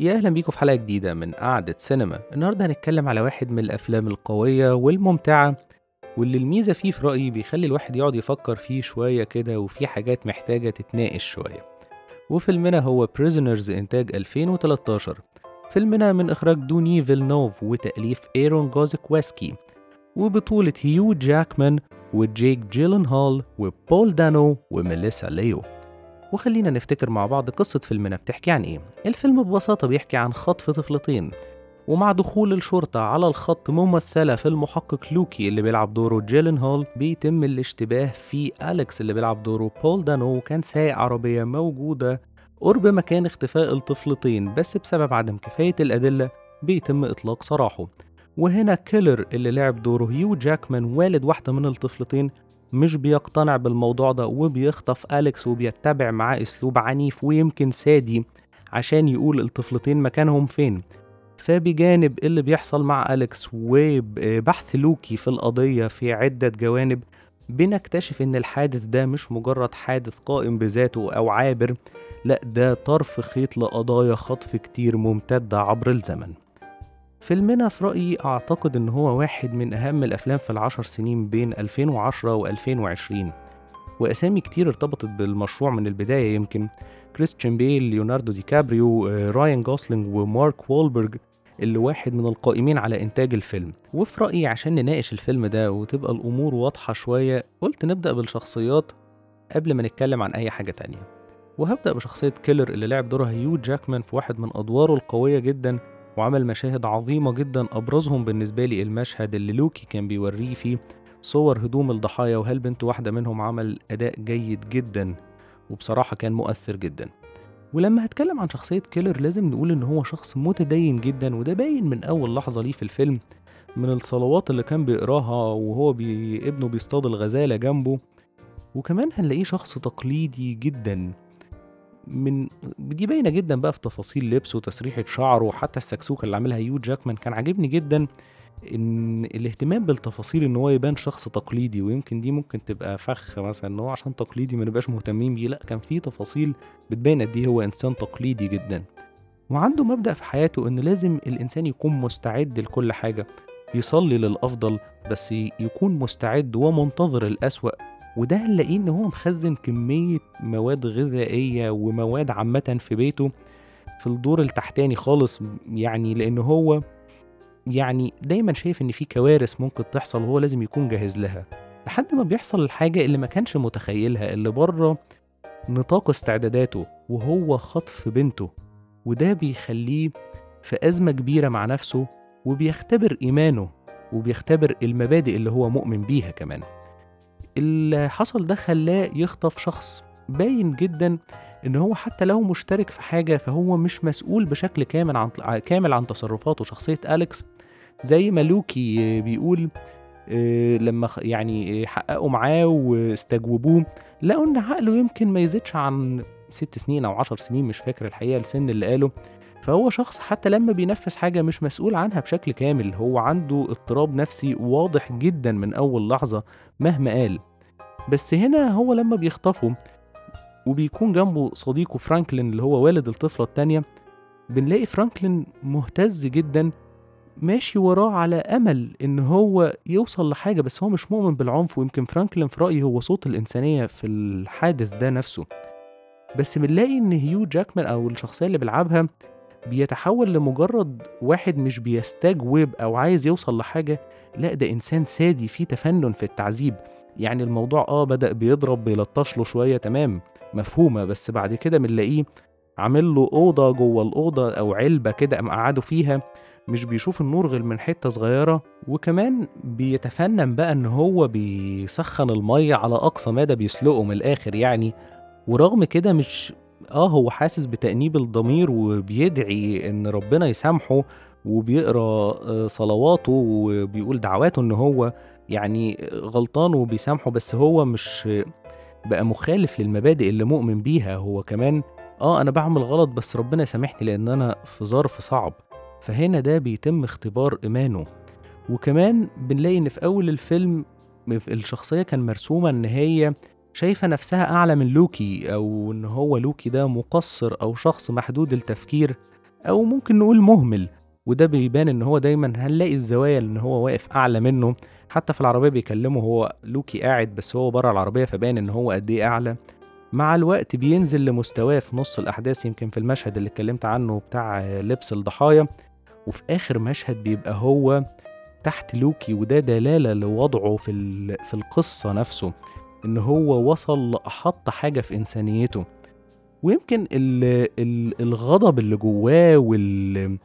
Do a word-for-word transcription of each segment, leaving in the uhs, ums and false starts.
يا أهلا بيكم في حلقة جديدة من قعدة سينما. النهاردة هنتكلم على واحد من الأفلام القوية والممتعة، واللي الميزة فيه في رأيي بيخلي الواحد يقعد يفكر فيه شوية كده، وفي حاجات محتاجة تتناقش شوية. وفيلمنا هو Prisoners إنتاج ألفين وتلتاشر. فيلمنا من إخراج دوني فيلنوف وتأليف إيرون جوزكواسكي، وبطولة هيو جاكمان وجيك جيلنهال وبول دانو وميليسا ليو. وخلينا نفتكر مع بعض قصة فيلمنا بتحكي عن إيه. الفيلم ببساطة بيحكي عن خطف طفلتين، ومع دخول الشرطة على الخط ممثلة في المحقق لوكي اللي بيلعب دوره جيلين هول، بيتم الاشتباه في أليكس اللي بيلعب دوره بول دانو، كان سايق عربية موجودة قرب مكان اختفاء الطفلتين، بس بسبب عدم كفاية الأدلة بيتم إطلاق سراحه. وهنا كيلر اللي لعب دوره هيو جاكمان والد واحدة من الطفلتين مش بيقتنع بالموضوع ده، وبيخطف أليكس وبيتبع معاه أسلوب عنيف ويمكن سادي عشان يقول الطفلتين مكانهم فين. فبجانب اللي بيحصل مع أليكس وبحث لوكي في القضية في عدة جوانب، بنكتشف إن الحادث ده مش مجرد حادث قائم بذاته أو عابر، لأ ده طرف خيط لقضايا خطف كتير ممتدة عبر الزمن. فيلمنا في رأيي أعتقد إن هو واحد من أهم الأفلام في العشر سنين بين ألفين وعشرة وألفين وعشرين، وأسامي كتير ارتبطت بالمشروع من البداية، يمكن كريستيان بيل، ليوناردو دي كابريو، آه، رايان جوسلينج ومارك وولبرج اللي واحد من القائمين على إنتاج الفيلم. وفي رأيي عشان نناقش الفيلم ده وتبقى الأمور واضحة شوية، قلت نبدأ بالشخصيات قبل ما نتكلم عن أي حاجة تانية. وهبدأ بشخصية كيلر اللي لعب دورها هيو جاكمان في واحد من أدواره القوية جدا، وعمل مشاهد عظيمة جدا، أبرزهم بالنسبة لي المشهد اللي لوكي كان بيوريه فيه صور هدوم الضحايا، وهل بنت واحدة منهم عمل أداء جيد جدا، وبصراحة كان مؤثر جدا. ولما هتكلم عن شخصية كيلر لازم نقول إن هو شخص متدين جدا، وده باين من أول لحظة ليه في الفيلم، من الصلوات اللي كان بيقراها وهو بي... ابنه بيصطاد الغزالة جنبه. وكمان هنلاقيه شخص تقليدي جدا، من دي باينة جدا بقى في تفاصيل لبسه وتسريحة شعره، وحتى السكسوكة اللي عاملها هيو جاكمان كان عاجبني جدا. ان الاهتمام بالتفاصيل ان هو يبان شخص تقليدي، ويمكن دي ممكن تبقى فخ مثلا ان هو عشان تقليدي ما نبقاش مهتمين بيه، لا كان في تفاصيل بتبين قد ايه هو انسان تقليدي جدا. وعنده مبدأ في حياته ان لازم الانسان يكون مستعد لكل حاجة، يصلي للافضل بس يكون مستعد ومنتظر الاسوأ. وده هنلاقيه ان هو مخزن كمية مواد غذائية ومواد عامة في بيته في الدور التحتاني خالص، يعني لان هو يعني دايما شايف ان في كوارث ممكن تحصل وهو لازم يكون جاهز لها، لحد ما بيحصل الحاجة اللي ما كانش متخيلها، اللي بره نطاق استعداداته، وهو خطف بنته. وده بيخليه في أزمة كبيرة مع نفسه، وبيختبر إيمانه، وبيختبر المبادئ اللي هو مؤمن بيها كمان. اللي حصل ده خلاه يخطف شخص باين جدا ان هو حتى لو مشترك في حاجة فهو مش مسؤول بشكل كامل عن كامل عن تصرفاته. شخصية أليكس زي ما لوكي بيقول، آه، لما خ- يعني حققوا معاه واستجوبوه، لقوا ان عقله يمكن ما يزيدش عن ست سنين او عشر سنين، مش فاكر الحقيقة السن اللي قاله. فهو شخص حتى لما بينفذ حاجة مش مسؤول عنها بشكل كامل، هو عنده اضطراب نفسي واضح جدا من اول لحظة مهما قال. بس هنا هو لما بيخطفه وبيكون جنبه صديقه فرانكلين اللي هو والد الطفلة التانية، بنلاقي فرانكلين مهتز جدا، ماشي وراه على أمل إن هو يوصل لحاجة، بس هو مش مؤمن بالعنف. ويمكن فرانكلين في رأيي هو صوت الإنسانية في الحادث ده نفسه. بس بنلاقي إن هيو جاكمان أو الشخصية اللي بيلعبها بيتحول لمجرد واحد مش بيستجوب أو عايز يوصل لحاجة، لا ده إنسان سادي فيه تفنن في التعذيب. يعني الموضوع آه بدأ بيضرب بيلطش له شوية، تمام مفهومة، بس بعد كده بنلاقيه عامل له أوضة جوه الأوضة أو علبة كده قام قعده فيها، مش بيشوف النور غير من حتة صغيرة. وكمان بيتفنن بقى إن هو بيسخن المية على أقصى مدى، بيسلقه من الآخر يعني. ورغم كده مش آه هو حاسس بتأنيب الضمير وبيدعي إن ربنا يسامحه، وبيقرأ آه، صلواته وبيقول دعواته إن هو يعني غلطان وبيسامحه، بس هو مش بقى مخالف للمبادئ اللي مؤمن بيها هو كمان. آه أنا بعمل غلط بس ربنا يسامحني لأن أنا في ظرف صعب. فهنا ده بيتم اختبار إيمانه. وكمان بنلاقي إن في أول الفيلم الشخصية كان مرسومة إن هي شايفة نفسها أعلى من لوكي، أو إن هو لوكي ده مقصر أو شخص محدود التفكير، أو ممكن نقول مهمل، وده بيبان إن هو دايمًا هنلاقي الزوايا إن هو واقف أعلى منه، حتى في العربية بيكلمه وهو لوكي قاعد بس هو برّه العربية فباين إن هو قد إيه أعلى. مع الوقت بينزل لمستواه في نُص الأحداث يمكن في المشهد اللي اتكلمت عنه بتاع لبس الضحايا، وفي آخر مشهد بيبقى هو تحت لوكي، وده دلالة لوضعه في ال في القصة نفسه، إن هو وصل لأحط حاجة في إنسانيته. ويمكن ال ال الغضب اللي جواه وال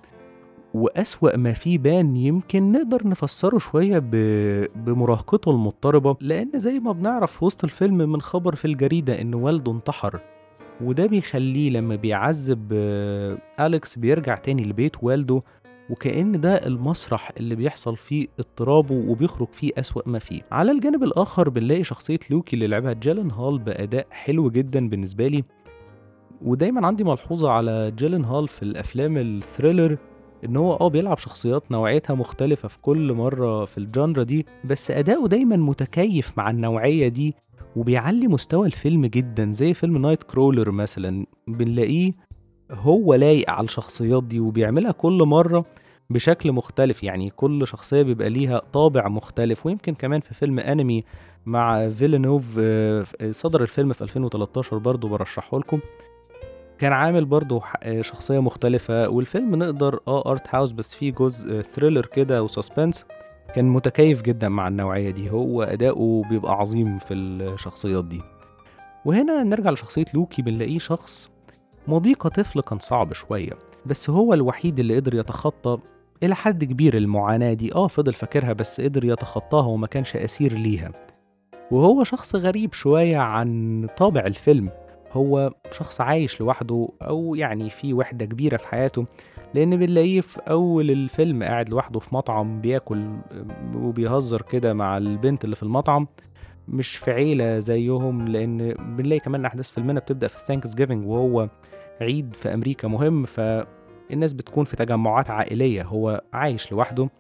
وأسوأ ما فيه بان يمكن نقدر نفسره شوية ب... بمراهقته المضطربة، لأن زي ما بنعرف في وسط الفيلم من خبر في الجريدة إن والده انتحر، وده بيخليه لما بيعذب آه، أليكس بيرجع تاني لبيت والده، وكأن ده المسرح اللي بيحصل فيه اضطرابه وبيخرج فيه أسوأ ما فيه. على الجانب الآخر بنلاقي شخصية لوكي اللي لعبها جيلين هال بأداء حلو جدا بالنسبة لي. ودايما عندي ملحوظة على جيلين هال في الأفلام الثريلر، إن هو آه بيلعب شخصيات نوعيتها مختلفة في كل مرة في الجانرا دي، بس أداؤه دايما متكيف مع النوعية دي وبيعلي مستوى الفيلم جدا. زي فيلم نايت كرولر مثلا بنلاقيه هو لايق على الشخصيات دي وبيعملها كل مرة بشكل مختلف، يعني كل شخصية بيبقى ليها طابع مختلف. ويمكن كمان في فيلم أنمي مع فيلنوف آه، صدر الفيلم في ألفين وتلتاشر برضو برشحه لكم، كان عامل برضه ح آآ شخصية مختلفة، والفيلم نقدر آه art house بس فيه جزء thriller كده وsuspense، كان متكيّف جدًا مع النوعية دي، هو أداؤه بيبقى عظيم في الشخصيات دي. وهنا نرجع لشخصية لوكي بنلاقيه شخص ماضيه كطفل كان صعب شوية، بس هو الوحيد اللي قدر يتخطى إلى حد كبير المعاناة دي، آه فضل فاكرها بس قدر يتخطاها وما كانش أسير ليها. وهو شخص غريب شوية عن طابع الفيلم، هو شخص عايش لوحده أو يعني في وحدة كبيرة في حياته، لأن بنلاقيه في أول الفيلم قاعد لوحده في مطعم بياكل وبيهزر كده مع البنت اللي في المطعم، مش في عيلة زيهم، لأن بنلاقي كمان أحداث فيلمنا بتبدأ في ثانكس جيفنج وهو عيد في أمريكا مهم، فالناس بتكون في تجمعات عائلية، هو عايش لوحده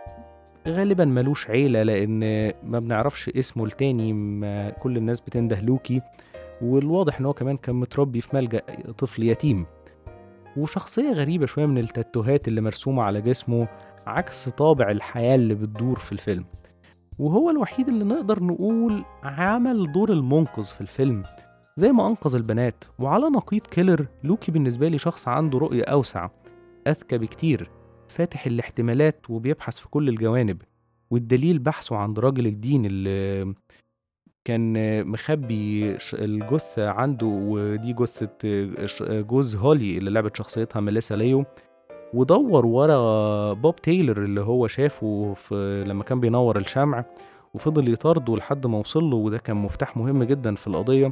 غالبا ملوش عيلة لأن ما بنعرفش اسمه التاني، ما كل الناس بتنده لوكي، والواضح ان هو كمان كان متربي في ملجأ طفل يتيم. وشخصية غريبة شوية من التاتوهات اللي مرسومة على جسمه عكس طابع الحياة اللي بتدور في الفيلم. وهو الوحيد اللي نقدر نقول عمل دور المنقذ في الفيلم زي ما أنقذ البنات. وعلى نقيض كيلر، لوكي بالنسبة لي شخص عنده رؤية أوسع، أذكى بكتير، فاتح الاحتمالات وبيبحث في كل الجوانب. والدليل بحثه عند راجل الدين اللي كان مخبي ش- الجثة عنده، ودي جثة ش- جوز هولي اللي لعبت شخصيتها ميليسا ليو، ودور ورا بوب تايلر اللي هو شافه في لما كان بينور الشمع، وفضل يطارده لحد ما وصل له، وده كان مفتاح مهم جدا في القضية.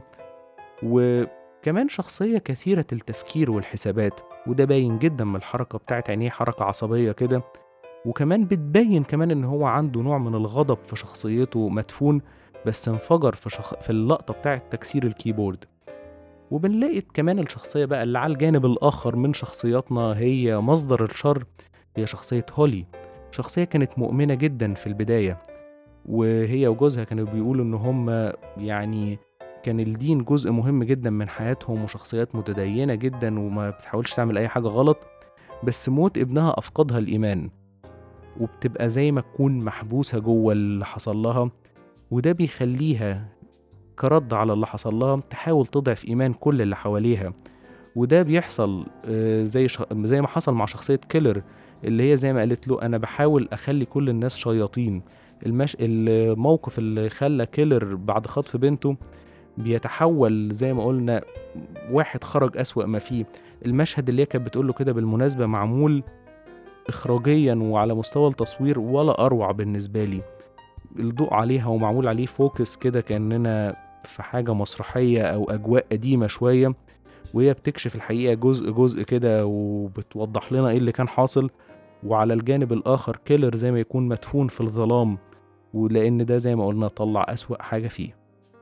وكمان شخصية كثيرة التفكير والحسابات، وده باين جدا من الحركة بتاعت عينيه، حركة عصبية كده. وكمان بتبين كمان ان هو عنده نوع من الغضب في شخصيته مدفون بس انفجر في, شخ... في اللقطة بتاعة تكسير الكيبورد. وبنلاقي كمان الشخصية بقى اللي على الجانب الآخر من شخصياتنا هي مصدر الشر، هي شخصية هولي، شخصية كانت مؤمنة جدا في البداية، وهي وجوزها كانوا بيقولوا ان هم يعني كان الدين جزء مهم جدا من حياتهم، وشخصيات متدينة جدا وما بتحاولش تعمل أي حاجة غلط. بس موت ابنها أفقدها الإيمان، وبتبقى زي ما تكون محبوسة جوه اللي حصل لها، وده بيخليها كرد على اللي حصل لها تحاول تضعف إيمان كل اللي حواليها. وده بيحصل آه، زي ش... زي ما حصل مع شخصية كيلر، اللي هي زي ما قالت له أنا بحاول أخلي كل الناس شياطين. المش... الموقف اللي خلى كيلر بعد خطف بنته بيتحول زي ما قلنا واحد خرج أسوأ ما فيه. المشهد اللي هي كانت بتقوله كده بالمناسبة معمول إخراجيا وعلى مستوى التصوير ولا أروع بالنسبة لي، الضوء عليها ومعمول عليه فوكس كده كأننا في حاجة مسرحية أو أجواء قديمة شوية، وهي بتكشف الحقيقة جزء جزء كده وبتوضح لنا إيه اللي كان حاصل. وعلى الجانب الآخر كيلر زي ما يكون مدفون في الظلام، ولأن ده زي ما قلنا طلع أسوأ حاجة فيه.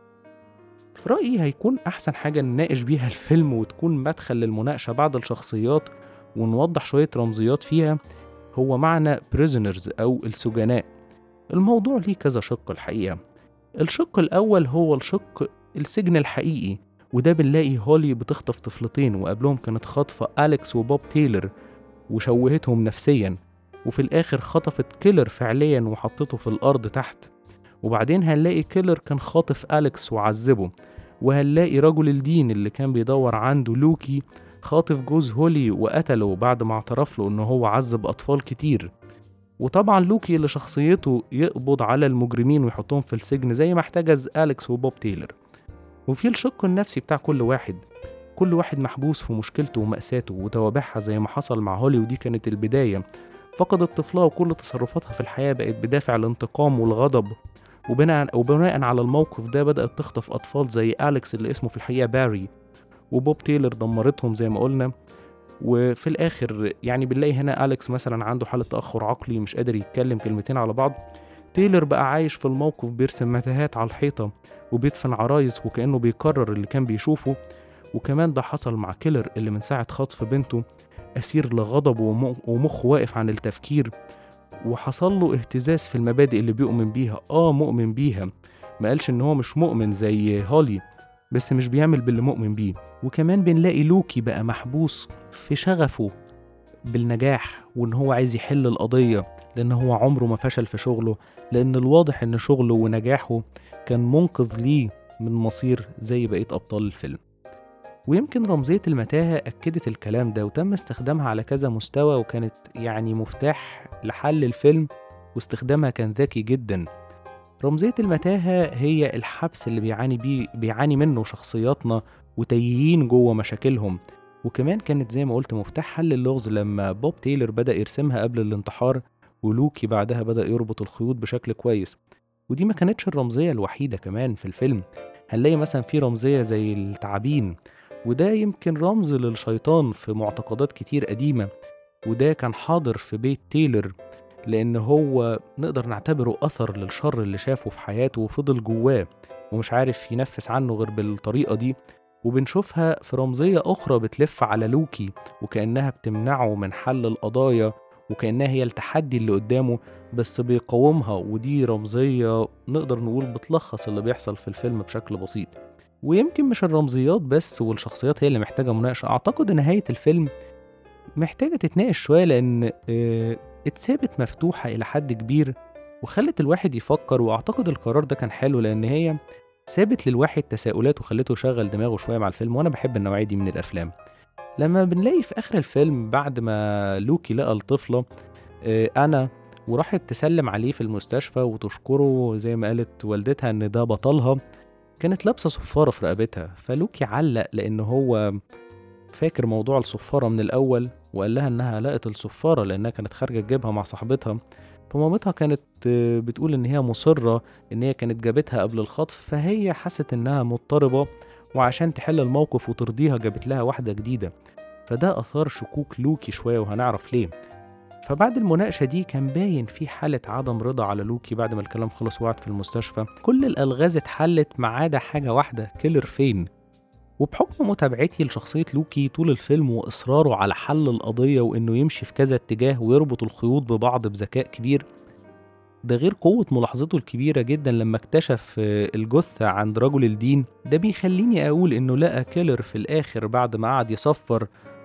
في رأيي هيكون أحسن حاجة نناقش بيها الفيلم وتكون مدخل للمناقشة بعد الشخصيات ونوضح شوية رمزيات فيها، هو معنى prisoners أو السجناء. الموضوع ليه كذا شق الحقيقة. الشق الأول هو الشق السجن الحقيقي، وده بنلاقي هولي بتخطف طفلتين وقبلهم كانت خاطفة أليكس وبوب تايلر، وشوهتهم نفسيا، وفي الآخر خطفت كيلر فعليا وحطته في الأرض تحت. وبعدين هنلاقي كيلر كان خاطف أليكس وعذبه، وهنلاقي رجل الدين اللي كان بيدور عنده لوكي خاطف جوز هولي وقتله بعد ما اعترف له إنه هو عذب أطفال كتير. وطبعا لوكي اللي شخصيته يقبض على المجرمين ويحطهم في السجن زي ما احتجز أليكس وبوب تايلر. وفي الشق النفسي بتاع كل واحد، كل واحد محبوس في مشكلته ومأساته وتوابعها زي ما حصل مع هولي، ودي كانت البداية. فقدت طفلها وكل تصرفاتها في الحياة بقت بدافع الانتقام والغضب، وبناء وبناء على الموقف ده بدأت تخطف أطفال زي أليكس اللي اسمه في الحقيقة باري، وبوب تايلر دمرتهم زي ما قلنا. وفي الآخر يعني بنلاقي هنا أليكس مثلا عنده حالة تأخر عقلي مش قادر يتكلم كلمتين على بعض. تايلر بقى عايش في الموقف بيرسم متاهات على الحيطة وبيدفن عرايس وكأنه بيكرر اللي كان بيشوفه. وكمان ده حصل مع كيلر اللي من ساعة خطف بنته أسير لغضبه ومخه واقف عن التفكير، وحصل له اهتزاز في المبادئ اللي بيؤمن بيها. آه مؤمن بيها، ما قالش إن هو مش مؤمن زي هولي، بس مش بيعمل باللي مؤمن بيه. وكمان بنلاقي لوكي بقى محبوس في شغفه بالنجاح وإن هو عايز يحل القضية، لأن هو عمره ما فشل في شغله، لأن الواضح إن شغله ونجاحه كان منقذ ليه من مصير زي بقية أبطال الفيلم. ويمكن رمزية المتاهة أكدت الكلام ده وتم استخدامها على كذا مستوى، وكانت يعني مفتاح لحل الفيلم، واستخدامها كان ذكي جدا. رمزية المتاهة هي الحبس اللي بيعاني بيه بيعاني منه شخصياتنا وتايهين جوه مشاكلهم. وكمان كانت زي ما قلت مفتاح حل اللغز لما بوب تايلر بدأ يرسمها قبل الانتحار، ولوكي بعدها بدأ يربط الخيوط بشكل كويس. ودي ما كانتش الرمزية الوحيدة كمان في الفيلم، هنلاقي مثلا في رمزية زي التعابين، وده يمكن رمز للشيطان في معتقدات كتير قديمة، وده كان حاضر في بيت تايلر لأن هو نقدر نعتبره أثر للشر اللي شافه في حياته وفضل جواه ومش عارف ينفس عنه غير بالطريقة دي. وبنشوفها في رمزية أخرى بتلف على لوكي وكأنها بتمنعه من حل القضايا، وكأنها هي التحدي اللي قدامه بس بيقاومها، ودي رمزية نقدر نقول بتلخص اللي بيحصل في الفيلم بشكل بسيط. ويمكن مش الرمزيات بس والشخصيات هي اللي محتاجة مناقشة، أعتقد نهاية الفيلم محتاجة تتناقش شوية، لأن اه اتثابت مفتوحة إلى حد كبير وخلت الواحد يفكر. وأعتقد القرار ده كان حلو لأن هي ثابت للواحد تساؤلات وخلته يشغل دماغه شوية مع الفيلم، وأنا بحب النوعية دي من الأفلام. لما بنلاقي في آخر الفيلم بعد ما لوكي لقى الطفلة اه أنا وراحت تسلم عليه في المستشفى وتشكره زي ما قالت والدتها إن ده بطلها، كانت لابسة صفارة في رقبتها. فلوكي علق لأنه هو فاكر موضوع الصفارة من الأول، وقال لها إنها لقت الصفارة لأنها كانت خارجة تجيبها مع صاحبتها. فمامتها كانت بتقول إن هي مصرة إن هي كانت جابتها قبل الخطف، فهي حست إنها مضطربة وعشان تحل الموقف وترضيها جابت لها واحدة جديدة. فده أثار شكوك لوكي شوية وهنعرف ليه. فبعد المناقشة دي كان باين في حالة عدم رضا على لوكي بعد ما الكلام خلص وقعد في المستشفى. كل الألغاز اتحلت ما عدا حاجة واحدة، كيلر فين؟ وبحكم متابعتي لشخصية لوكي طول الفيلم وإصراره على حل القضية وإنه يمشي في كذا اتجاه ويربط الخيوط ببعض بذكاء كبير، ده غير قوة ملاحظته الكبيرة جدا لما اكتشف الجثة عند رجل الدين، ده بيخليني أقول إنه لقى كيلر في الآخر بعد ما قعد يصفر،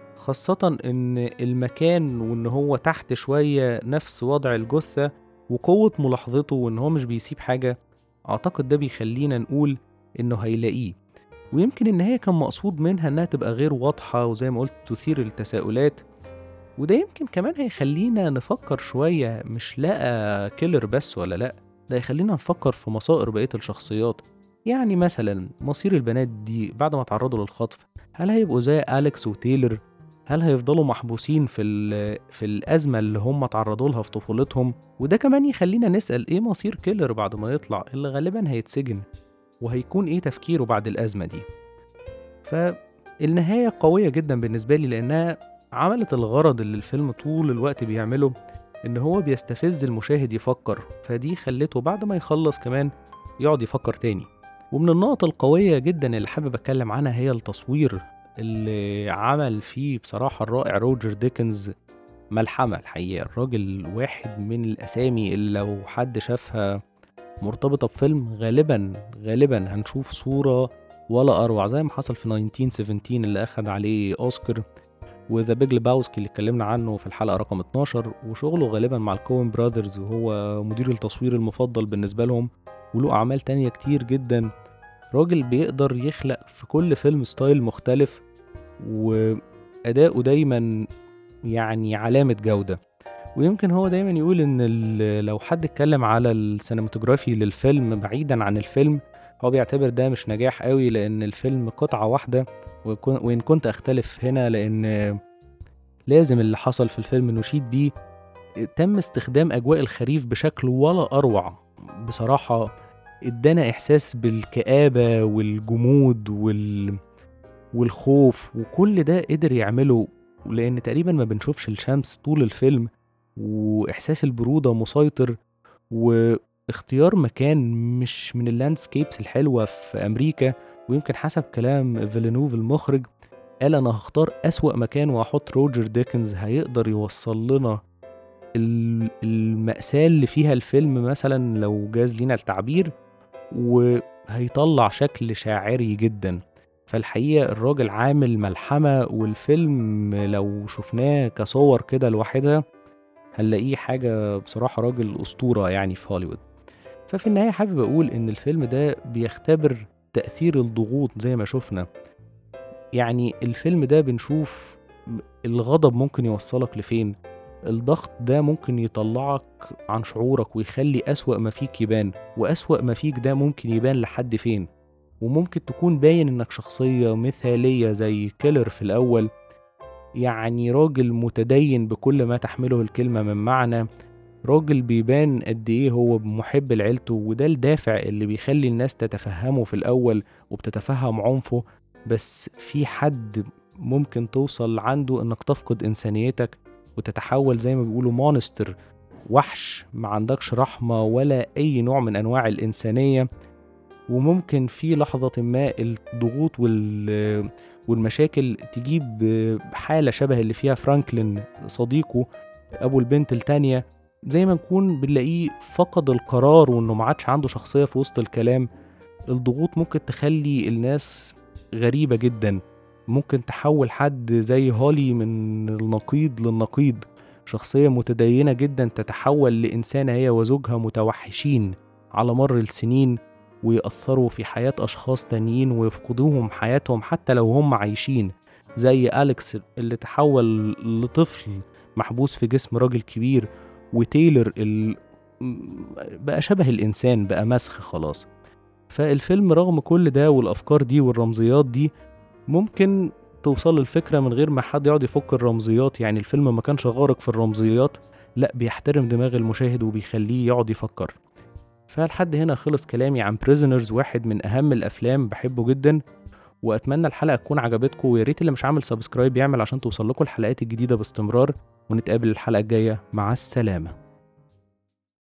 خاصة إن المكان وإن هو تحت شوية نفس وضع الجثة وقوة ملاحظته وإن هو مش بيسيب حاجة. أعتقد ده بيخلينا نقول إنه هيلاقيه. ويمكن النهاية كان مقصود منها إنها تبقى غير واضحة وزي ما قلت تثير التساؤلات، وده يمكن كمان هيخلينا نفكر شوية مش لقى كيلر بس ولا لأ، ده هيخلينا نفكر في مصائر بقية الشخصيات. يعني مثلا مصير البنات دي بعد ما تعرضوا للخطف، هل هيبقوا زي أليكس وتايلر؟ هل هيفضلوا محبوسين في في الأزمة اللي هم تعرضوا لها في طفولتهم؟ وده كمان يخلينا نسأل إيه مصير كيلر بعد ما يطلع، اللي غالبا هيتسجن، وهيكون إيه تفكيره بعد الأزمة دي. فالنهاية قوية جدا بالنسبة لي لأنها عملت الغرض اللي الفيلم طول الوقت بيعمله، إن هو بيستفز المشاهد يفكر، فدي خلته بعد ما يخلص كمان يقعد يفكر تاني. ومن النقط القوية جدا اللي حابب أتكلم عنها هي التصوير اللي عمل فيه بصراحة الرائع روجر ديكنز ملحمة. الحقيقة الراجل واحد من الأسامي اللي لو حد شافها مرتبطة بفيلم غالبا غالبا هنشوف صورة ولا أروع، زي ما حصل في ألف وتسعمية وسبعتاشر اللي أخد عليه أوسكار. وذا بيج لباوسكي اللي اتكلمنا عنه في الحلقة رقم اتناشر، وشغله غالبا مع الكوين براذرز وهو مدير التصوير المفضل بالنسبة لهم، وله أعمال تانية كتير جدا. راجل بيقدر يخلق في كل فيلم ستايل مختلف، وأداؤه دايما يعني علامة جودة. ويمكن هو دايما يقول ان ال- لو حد اتكلم على السينماتوجرافي للفيلم بعيدا عن الفيلم، هو بيعتبر ده مش نجاح قوي، لان الفيلم قطعة واحدة. وكن- وان كنت اختلف هنا، لان لازم اللي حصل في الفيلم نشيد بيه. تم استخدام اجواء الخريف بشكل ولا اروع بصراحة. ادانا احساس بالكآبة والجمود وال... والخوف، وكل ده قدر يعمله، لان تقريبا ما بنشوفش الشمس طول الفيلم، واحساس البرودة مسيطر. واختيار مكان مش من اللاندسكيبس الحلوة في امريكا. ويمكن حسب كلام فيلينوف المخرج، قال انا هختار اسوأ مكان واحط روجر ديكنز هيقدر يوصل لنا ال- المأساة اللي فيها الفيلم، مثلا لو جاز لينا التعبير، وهيطلع شكل شاعري جدا. فالحقيقة الراجل عامل ملحمة، والفيلم لو شفناه كصور كده لوحدها هنلاقيه حاجة بصراحة راجل أسطورة يعني في هوليوود. ففي النهاية حابب أقول إن الفيلم ده بيختبر تأثير الضغوط زي ما شفنا. يعني الفيلم ده بنشوف الغضب ممكن يوصلك لفين، الضغط ده ممكن يطلعك عن شعورك ويخلي أسوأ ما فيك يبان، وأسوأ ما فيك ده ممكن يبان لحد فين. وممكن تكون باين إنك شخصية مثالية زي كيلر في الأول، يعني راجل متدين بكل ما تحمله الكلمة من معنى، راجل بيبان قد ايه هو محب لعيلته، وده الدافع اللي بيخلي الناس تتفهمه في الأول وبتتفهم عنفه. بس في حد ممكن توصل عنده انك تفقد انسانيتك وتتحول زي ما بيقولوا مونستر، وحش ما عندكش رحمة ولا أي نوع من أنواع الإنسانية. وممكن في لحظة ما الضغوط وال والمشاكل تجيب حالة شبه اللي فيها فرانكلين صديقه أبو البنت التانية، زي ما نكون بنلاقيه فقد القرار وإنه ما عادش عنده شخصية في وسط الكلام. الضغوط ممكن تخلي الناس غريبة جدا، ممكن تحول حد زي هولي من النقيض للنقيض، شخصية متدينة جدا تتحول لإنسانة هي وزوجها متوحشين على مر السنين، ويأثروا في حياة أشخاص تانيين ويفقدوهم حياتهم حتى لو هم عايشين، زي أليكس اللي تحول لطفل محبوس في جسم راجل كبير، وتايلر اللي بقى شبه الإنسان، بقى مسخ خلاص. فالفيلم رغم كل ده والأفكار دي والرمزيات دي ممكن توصل الفكرة من غير ما حد يقعد يفك الرمزيات. يعني الفيلم ما كانش غارق في الرمزيات، لا بيحترم دماغ المشاهد وبيخليه يقعد يفكر. فلحد هنا خلص كلامي عن بريزنرز، واحد من أهم الأفلام بحبه جدا. وأتمنى الحلقة تكون عجبتكم، ويا ريت اللي مش عامل سبسكرايب يعمل عشان توصل لكم الحلقات الجديدة باستمرار. ونتقابل الحلقة الجاية، مع السلامة.